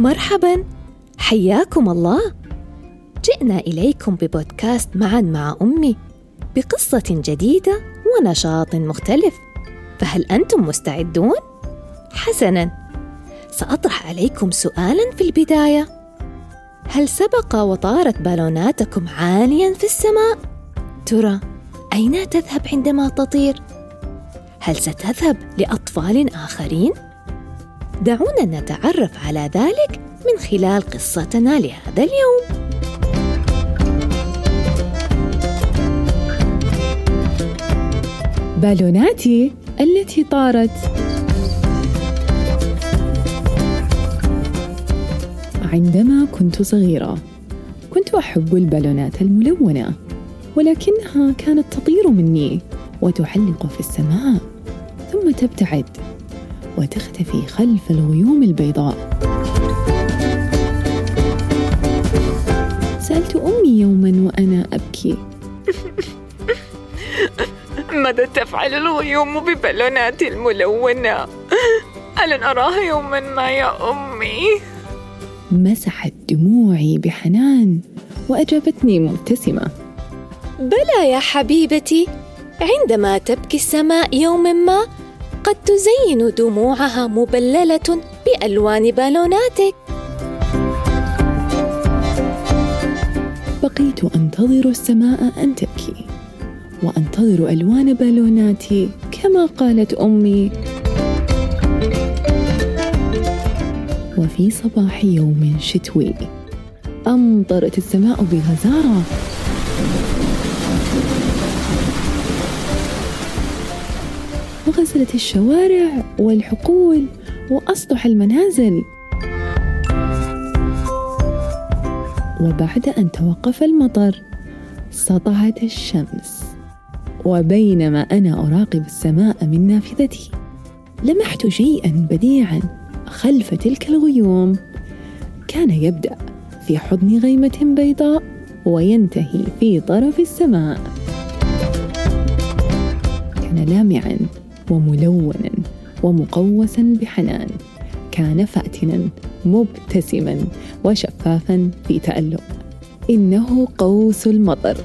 مرحباً، حياكم الله. جئنا إليكم ببودكاست معاً مع أمي بقصة جديدة ونشاط مختلف، فهل أنتم مستعدون؟ حسناً، سأطرح عليكم سؤالاً في البداية. هل سبق وطارت بالوناتكم عالياً في السماء؟ ترى أين تذهب عندما تطير؟ هل ستذهب لأطفال آخرين؟ دعونا نتعرف على ذلك من خلال قصتنا لهذا اليوم. بالوناتي التي طارت. عندما كنت صغيرة كنت أحب البالونات الملونة، ولكنها كانت تطير مني وتحلق في السماء ثم تبتعد وتختفي خلف الغيوم البيضاء. سألت أمي يوماً وأنا أبكي: ماذا تفعل الغيوم ببالوناتي الملونة؟ ألن أراها يوماً ما يا أمي؟ مسحت دموعي بحنان وأجابتني مبتسمة: بلى يا حبيبتي، عندما تبكي السماء يوماً ما قد تزين دموعها مبللة بألوان بالوناتك. بقيت أنتظر السماء أن تبكي وأنتظر ألوان بالوناتي كما قالت أمي. وفي صباح يوم شتوي أمطرت السماء بغزارة. وغسلت الشوارع والحقول وأسطح المنازل. وبعد أن توقف المطر سطعت الشمس، وبينما أنا أراقب السماء من نافذتي لمحت شيئاً بديعاً خلف تلك الغيوم. كان يبدأ في حضن غيمة بيضاء وينتهي في طرف السماء. كان لامعاً وملوناً ومقوساً بحنان. كان فاتناً مبتسماً وشفافاً في تألق. إنه قوس المطر.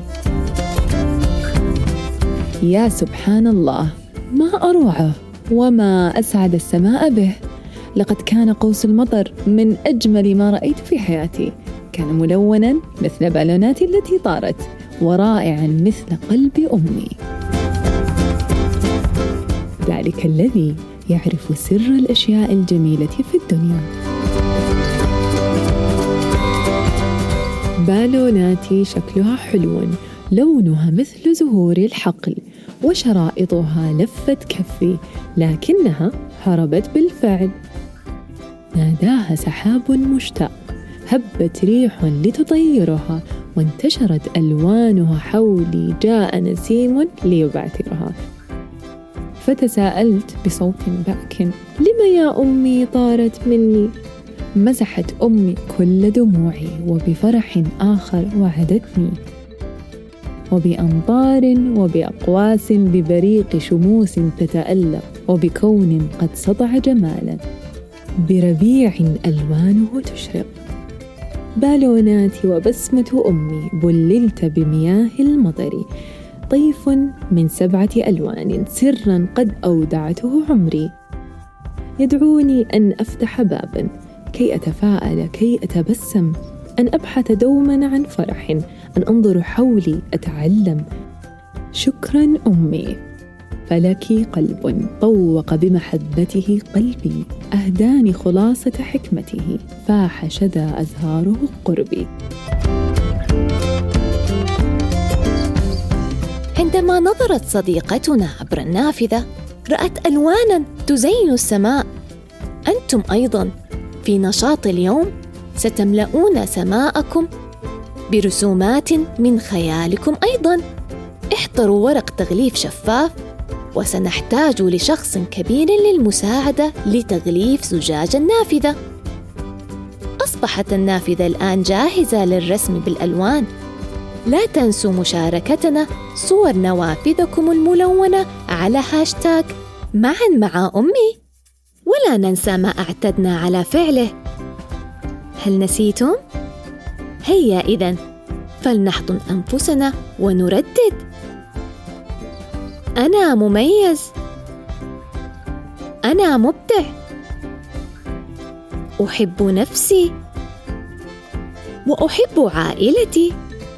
يا سبحان الله، ما أروعه وما أسعد السماء به. لقد كان قوس المطر من أجمل ما رأيت في حياتي. كان ملوناً مثل بالوناتي التي طارت، ورائعاً مثل قلب أمي. ذلك الذي يعرف سر الأشياء الجميلة في الدنيا. بالوناتي شكلها حلو، لونها مثل زهور الحقل، وشرائطها لفت كفي، لكنها هربت بالفعل. ناداها سحاب مشتاق، هبت ريح لتطيرها، وانتشرت ألوانها حولي. جاء نسيم ليبعثرها. فتساءلت بصوت باك: لم يا أمي طارت مني؟ مسحت أمي كل دموعي، وبفرح آخر وعدتني، وبأمطار وبأقواس ببريق شموس تتألق، وبكون قد سطع جمالا، بربيع ألوانه تشرق. بالوناتي وبسمة أمي بللت بمياه المطر، طيف من 7 ألوان، سرا قد أودعته عمري. يدعوني أن أفتح بابا كي أتفاءل، كي أتبسم، أن أبحث دوما عن فرح، أن أنظر حولي أتعلم. شكرا أمي، فلك قلب طوق بمحبته قلبي، أهداني خلاصة حكمته، فاح شذا أزهاره قربي. عندما نظرت صديقتنا عبر النافذة رأت ألواناً تزين السماء. أنتم أيضاً في نشاط اليوم ستملؤون سماءكم برسومات من خيالكم أيضاً. احضروا ورق تغليف شفاف، وسنحتاج لشخص كبير للمساعدة لتغليف زجاج النافذة. أصبحت النافذة الآن جاهزة للرسم بالألوان. لا تنسوا مشاركتنا صور نوافذكم الملونة على هاشتاغ معاً مع أمي، ولا ننسى ما اعتدنا على فعله. هل نسيتم؟ هيا إذن فلنحضن أنفسنا ونردد: أنا مميز، أنا مبدع، أحب نفسي، وأحب عائلتي،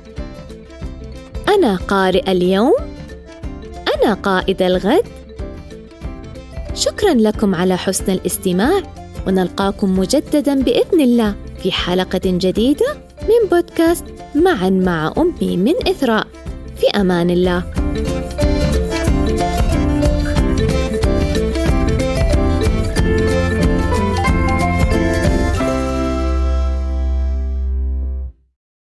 أنا قارئ اليوم، أنا قائد الغد. شكراً لكم على حسن الاستماع، ونلقاكم مجدداً بإذن الله في حلقة جديدة من بودكاست معاً مع أمي من إثراء. في أمان الله.